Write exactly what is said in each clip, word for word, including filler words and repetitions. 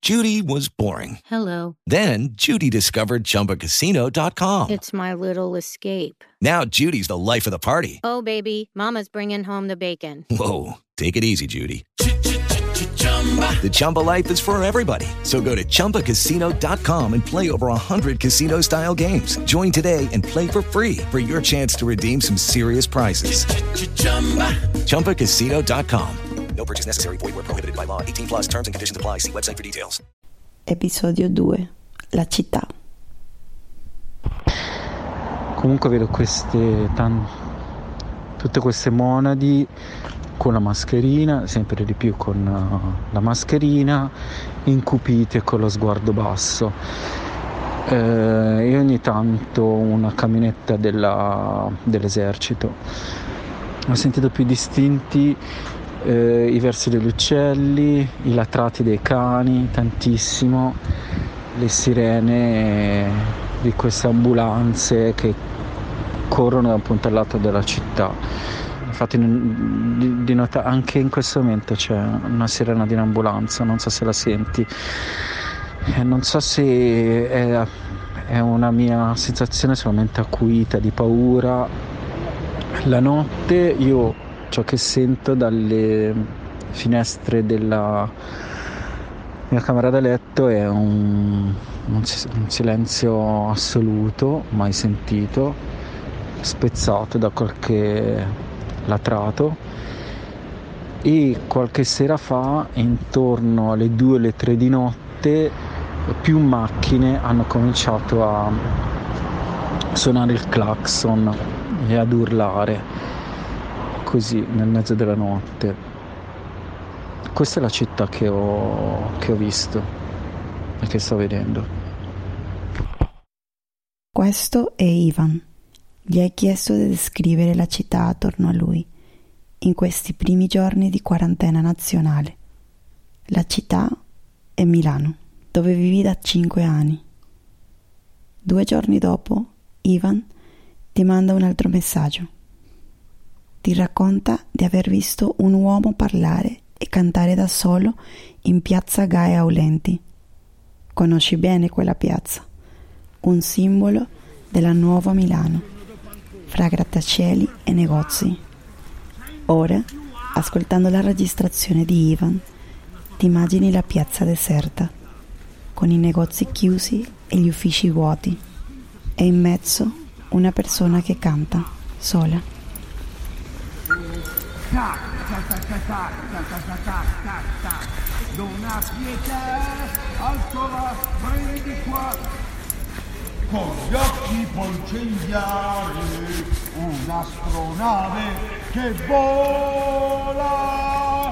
Judy was boring. Hello. Then Judy discovered Chumba Casino dot com. It's my little escape. Now Judy's the life of the party. Oh, baby, mama's bringing home the bacon. Whoa, take it easy, Judy. The Chumba life is for everybody. So go to Chumba Casino dot com and play over one hundred casino-style games. Join today and play for free for your chance to redeem some serious prizes. Chumba Casino dot com. No purchase necessary. Void where prohibited by law. eighteen plus terms and conditions apply. See website for details. Episodio due. La città. Comunque vedo queste tan- tutte queste monadi con la mascherina, sempre di più con uh, la mascherina, incupite con lo sguardo basso. Eh, e ogni tanto una camionetta della, dell'esercito. Ho sentito più distinti eh, i versi degli uccelli, i latrati dei cani, tantissimo, le sirene di queste ambulanze che corrono da un punto all'altro della città. Infatti di, di nota, anche in questo momento c'è una sirena di un'ambulanza, non so se la senti, e non so se è, è una mia sensazione solamente acuita di paura. La notte io ciò che sento dalle finestre della mia camera da letto è un, un, un silenzio assoluto, mai sentito, spezzato da qualche latrato. E qualche sera fa, intorno alle due o le tre di notte, più macchine hanno cominciato a suonare il clacson e ad urlare così nel mezzo della notte. Questa è la città che ho, che ho visto e che sto vedendo. Questo è Ivan. Gli hai chiesto di descrivere la città attorno a lui in questi primi giorni di quarantena nazionale. La città è Milano, dove vivi da cinque anni. Due giorni dopo, Ivan ti manda un altro messaggio. Ti racconta di aver visto un uomo parlare e cantare da solo in piazza Gaia Aulenti. Conosci bene quella piazza, un simbolo della nuova Milano, fra grattacieli e negozi. Ora, ascoltando la registrazione di Ivan, ti immagini la piazza deserta, con i negozi chiusi e gli uffici vuoti, e in mezzo una persona che canta, sola. Non ha pietà, alto là, prendi qua. Con gli occhi polceggiare, un'astronave che vola.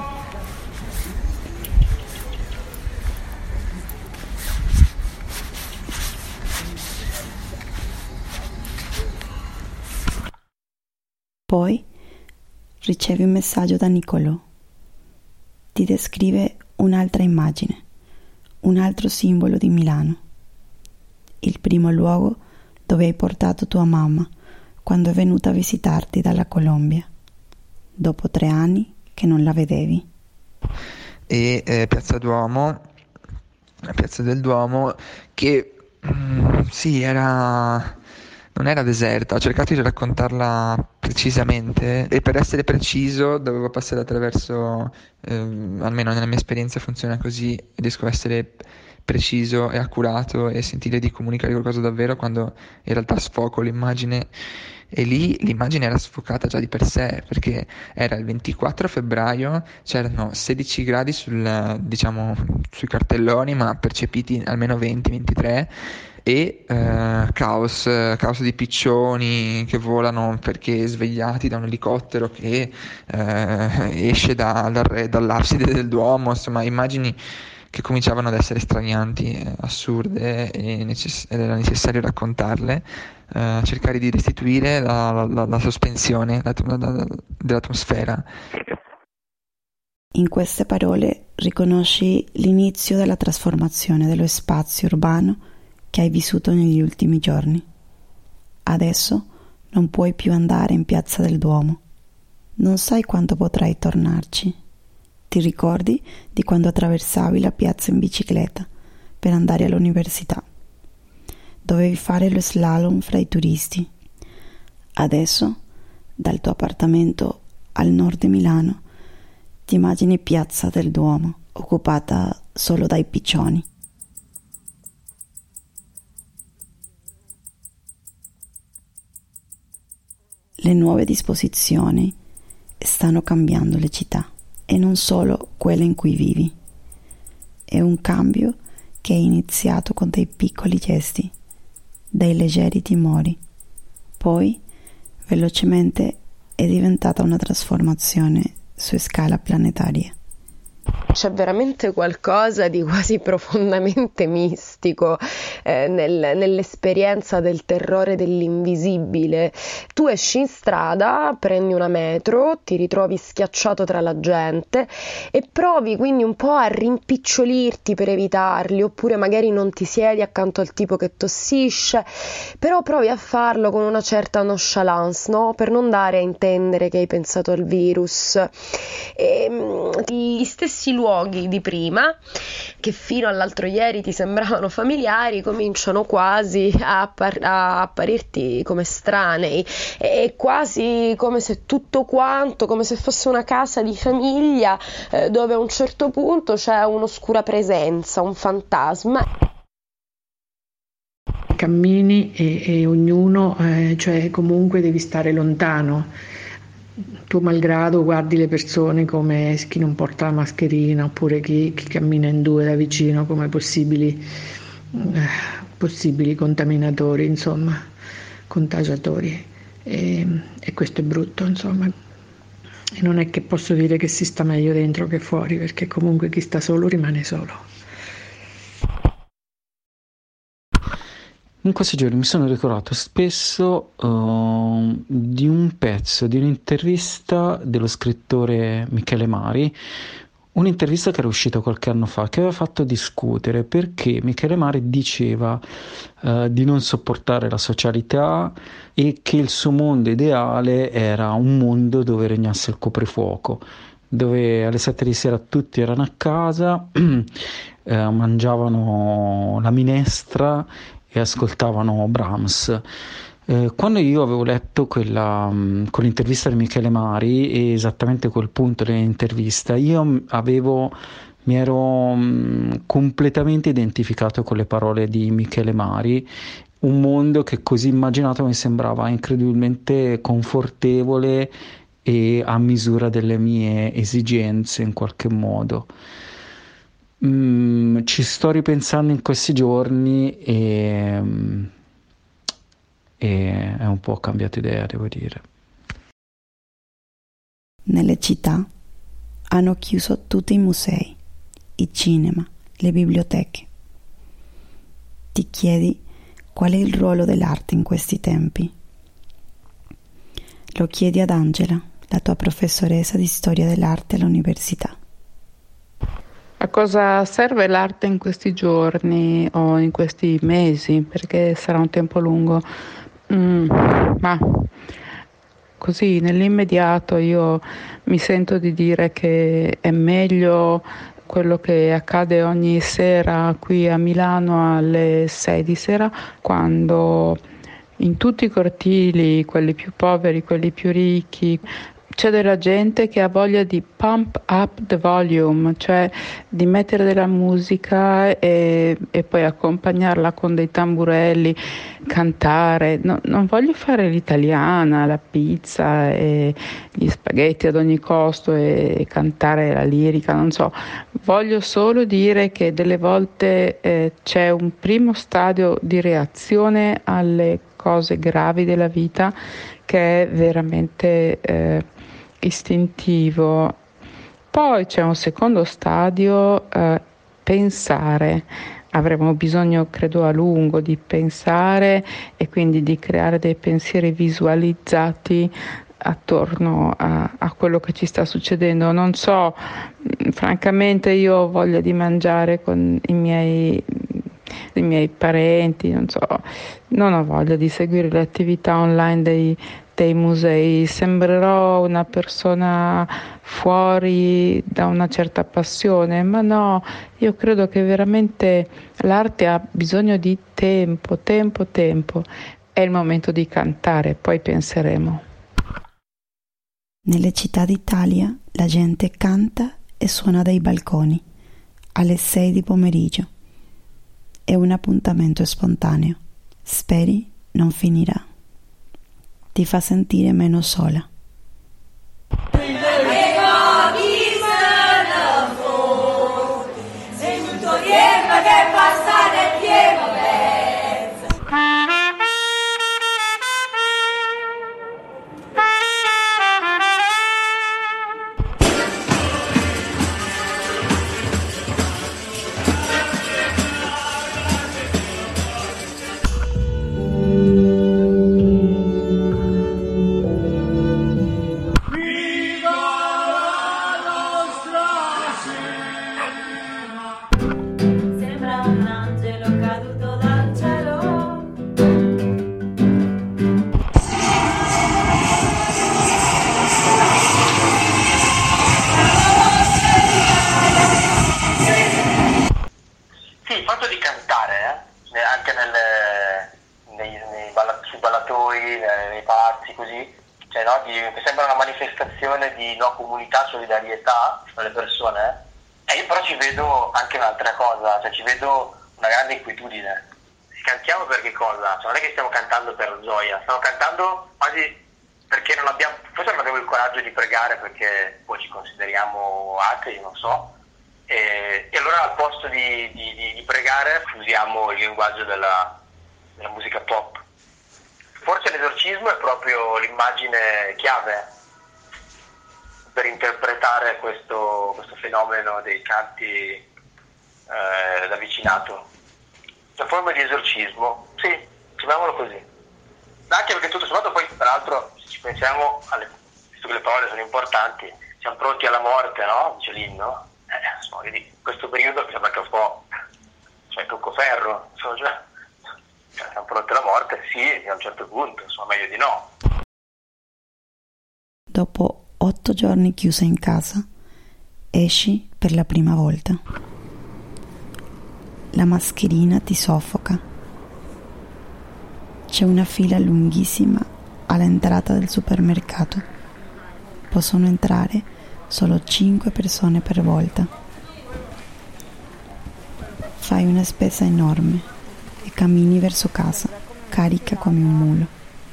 Poi ricevi un messaggio da Niccolò. Ti descrive un'altra immagine, un altro simbolo di Milano. Il primo luogo dove hai portato tua mamma quando è venuta a visitarti dalla Colombia, dopo tre anni che non la vedevi. E eh, Piazza Duomo, la Piazza del Duomo, che mm, sì, era... non era deserta. Ho cercato di raccontarla precisamente e per essere preciso dovevo passare attraverso, ehm, almeno nella mia esperienza funziona così, riesco a essere preciso e accurato e sentire di comunicare qualcosa davvero quando in realtà sfoco l'immagine, e lì l'immagine era sfocata già di per sé, perché era il ventiquattro febbraio, c'erano sedici gradi sul, diciamo, sui cartelloni, ma percepiti almeno venti ventitré, e eh, caos, caos di piccioni che volano perché svegliati da un elicottero che eh, esce da, dal, dall'abside del Duomo, insomma immagini che cominciavano ad essere stranianti, eh, assurde, e necess- ed era necessario raccontarle, eh, cercare di restituire la, la, la sospensione la, la, la, dell'atmosfera. In queste parole riconosci l'inizio della trasformazione dello spazio urbano che hai vissuto negli ultimi giorni. Adesso non puoi più andare in Piazza del Duomo. Non sai quanto potrai tornarci. Ti ricordi di quando attraversavi la piazza in bicicletta per andare all'università? Dovevi fare lo slalom fra i turisti. Adesso, dal tuo appartamento al nord di Milano, ti immagini Piazza del Duomo occupata solo dai piccioni. Le nuove disposizioni stanno cambiando le città, e non solo quelle in cui vivi. È un cambio che è iniziato con dei piccoli gesti, dei leggeri timori. Poi, velocemente, è diventata una trasformazione su scala planetaria. C'è veramente qualcosa di quasi profondamente mistico eh, nel, nell'esperienza del terrore dell'invisibile. Tu esci in strada, prendi una metro, ti ritrovi schiacciato tra la gente e provi quindi un po' a rimpicciolirti per evitarli, oppure magari non ti siedi accanto al tipo che tossisce, però provi a farlo con una certa nonchalance, no? Per non dare a intendere che hai pensato al virus. E, gli stessi luoghi di prima, che fino all'altro ieri ti sembravano familiari, cominciano quasi a, appar- a apparirti come estranei. È quasi come se tutto quanto, come se fosse una casa di famiglia eh, dove a un certo punto c'è un'oscura presenza, un fantasma. Cammini e, e ognuno, eh, cioè comunque devi stare lontano. Tu malgrado guardi le persone come chi non porta la mascherina, oppure chi, chi cammina in due da vicino come possibili, eh, possibili contaminatori, insomma, contagiatori. E, e questo è brutto, insomma. E non è che posso dire che si sta meglio dentro che fuori, perché comunque chi sta solo rimane solo. In questi giorni mi sono ricordato spesso uh, di un pezzo, di un'intervista dello scrittore Michele Mari, un'intervista che era uscita qualche anno fa, che aveva fatto discutere perché Michele Mari diceva uh, di non sopportare la socialità e che il suo mondo ideale era un mondo dove regnasse il coprifuoco, dove alle sette di sera tutti erano a casa, eh, mangiavano la minestra e ascoltavano Brahms. Eh, quando io avevo letto quella, mh, quell'intervista di Michele Mari, e esattamente quel punto dell'intervista, io avevo, mi ero mh, completamente identificato con le parole di Michele Mari. Un mondo che così immaginato mi sembrava incredibilmente confortevole e a misura delle mie esigenze in qualche modo. Mm, ci sto ripensando in questi giorni e, e è un po' cambiato idea, devo dire. Nelle città hanno chiuso tutti i musei, i cinema, le biblioteche. Ti chiedi qual è il ruolo dell'arte in questi tempi? Lo chiedi ad Angela, la tua professoressa di storia dell'arte all'università. A cosa serve l'arte in questi giorni o in questi mesi? Perché sarà un tempo lungo. Mm, ma così nell'immediato io mi sento di dire che è meglio quello che accade ogni sera qui a Milano alle sei di sera, quando in tutti i cortili, quelli più poveri, quelli più ricchi, c'è della gente che ha voglia di pump up the volume, cioè di mettere della musica e, e poi accompagnarla con dei tamburelli, cantare. No, non voglio fare l'italiana, la pizza e gli spaghetti ad ogni costo e, e cantare la lirica, non so. Voglio solo dire che delle volte eh, c'è un primo stadio di reazione alle cose gravi della vita che è veramente eh, istintivo. Poi c'è un secondo stadio, eh, pensare. Avremo bisogno, credo, a lungo di pensare e quindi di creare dei pensieri visualizzati attorno a, a quello che ci sta succedendo. Non so, francamente io ho voglia di mangiare con i miei i miei parenti, non so, non ho voglia di seguire le attività online dei dei musei. Sembrerò una persona fuori da una certa passione, ma no, io credo che veramente l'arte ha bisogno di tempo, tempo, tempo. È il momento di cantare, poi penseremo. Nelle città d'Italia la gente canta e suona dai balconi alle sei di pomeriggio. È un appuntamento spontaneo. Speri non finirà. Ti fa sentire meno sola. Solidarietà tra le persone, e io però ci vedo anche un'altra cosa, cioè ci vedo una grande inquietudine. Cantiamo per che cosa? Cioè, non è che stiamo cantando per gioia, stiamo cantando quasi perché non abbiamo, forse non abbiamo il coraggio di pregare perché poi ci consideriamo atei, non so, e, e allora al posto di, di, di, di pregare usiamo il linguaggio della, della musica pop. Forse l'esorcismo è proprio l'immagine chiave per interpretare questo, questo fenomeno dei canti eh, da vicinato. Una forma di esorcismo, sì, chiamiamolo così. Anche perché tutto sommato poi, tra l'altro, se ci pensiamo, alle, visto che le parole sono importanti, siamo pronti alla morte, no? Dice l'inno. Eh, insomma, vedi, in questo periodo mi sembra che un po', cioè toccoferro, insomma, cioè, cioè, siamo pronti alla morte, sì, a un certo punto, insomma, meglio di no. Dopo otto giorni chiusa in casa, esci per la prima volta. La mascherina ti soffoca. C'è una fila lunghissima all'entrata del supermercato. Possono entrare solo cinque persone per volta. Fai una spesa enorme e cammini verso casa, carica come un mulo.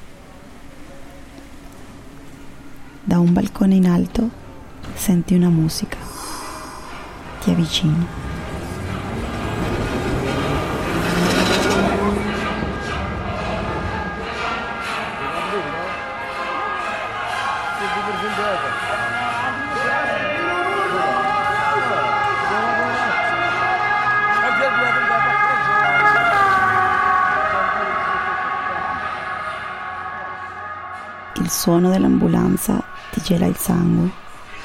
Da un balcone in alto senti una musica. Ti avvicini. Il suono dell'ambulanza ti gela il sangue.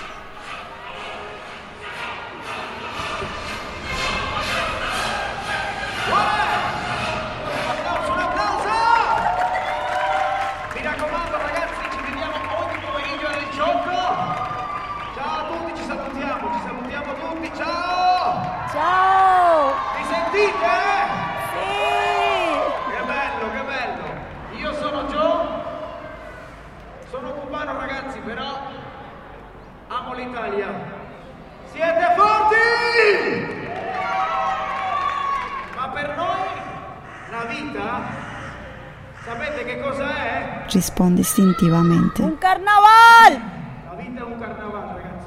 Mi raccomando ragazzi, ci vediamo ogni pomeriggio al gioco. Ciao a tutti, ci salutiamo, ci salutiamo tutti, ciao! Ciao! Mi sentite? Sì! Che bello, che bello! Io sono Joe, sono cubano ragazzi, però amo l'Italia. Siete forti? Ma per noi la vita, sapete che cosa è? Rispondi istintivamente. Un carnaval! La vita è un carnaval, ragazzi.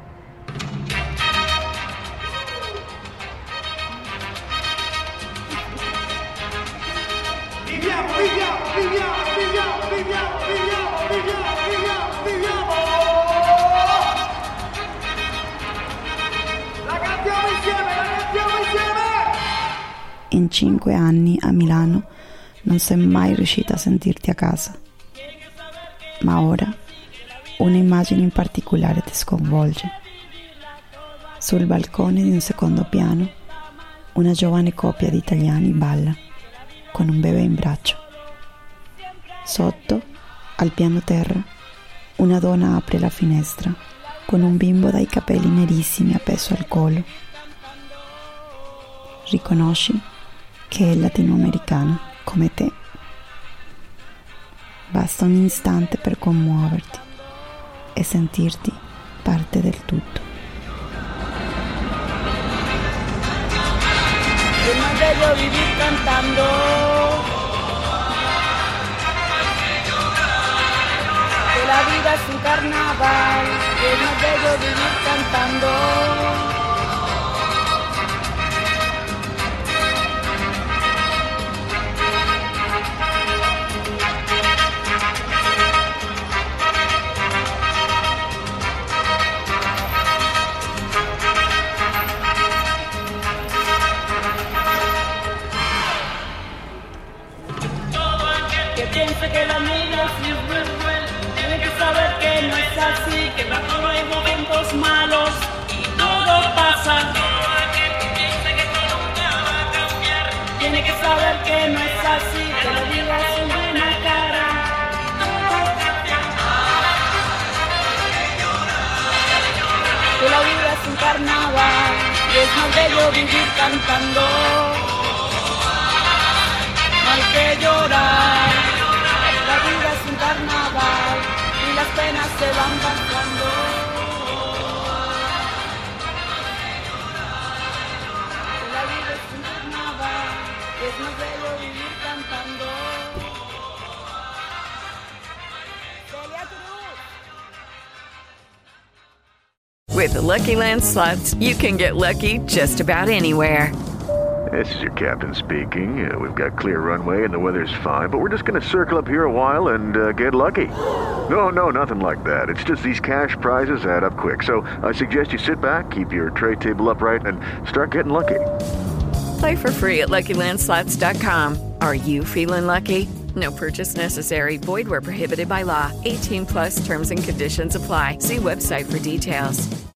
Viviamo, viviamo, viviamo, viviamo, viviamo, viviamo, viviamo, viviamo, viviamo. La cantiamo insieme, la cantiamo insieme. In cinque anni a Milano non sei mai riuscita a sentirti a casa. Ma ora un'immagine in particolare ti sconvolge. Sul balcone di un secondo piano una giovane coppia di italiani balla con un bebè in braccio. Sotto Al piano terra, una donna apre la finestra con un bimbo dai capelli nerissimi appeso al collo. Riconosci che è latinoamericana come te. Basta un istante per commuoverti e sentirti parte del tutto. Es más bello vivir cantando. Que la vida es un carnaval. Es más bello vivir cantando. Piensa que la vida sí es verdad, tiene que saber que no es así, que para todo hay momentos malos y todo pasa. Tiene que saber que no es así, que la vida es una buena cara. Que la vida es un carnaval y es más bello vivir cantando. No hay que llorar. La vida es un carnaval y las penas se van pasando. La vida es un carnaval y es más bello vivir cantando. Celia Cruz. With the Lucky Land Slots, you can get lucky just about anywhere. This is your captain speaking. Uh, we've got clear runway and the weather's fine, but we're just going to circle up here a while and uh, get lucky. No, no, nothing like that. It's just these cash prizes add up quick. So I suggest you sit back, keep your tray table upright, and start getting lucky. Play for free at Lucky Land Slots dot com. Are you feeling lucky? No purchase necessary. Void where prohibited by law. eighteen plus terms and conditions apply. See website for details.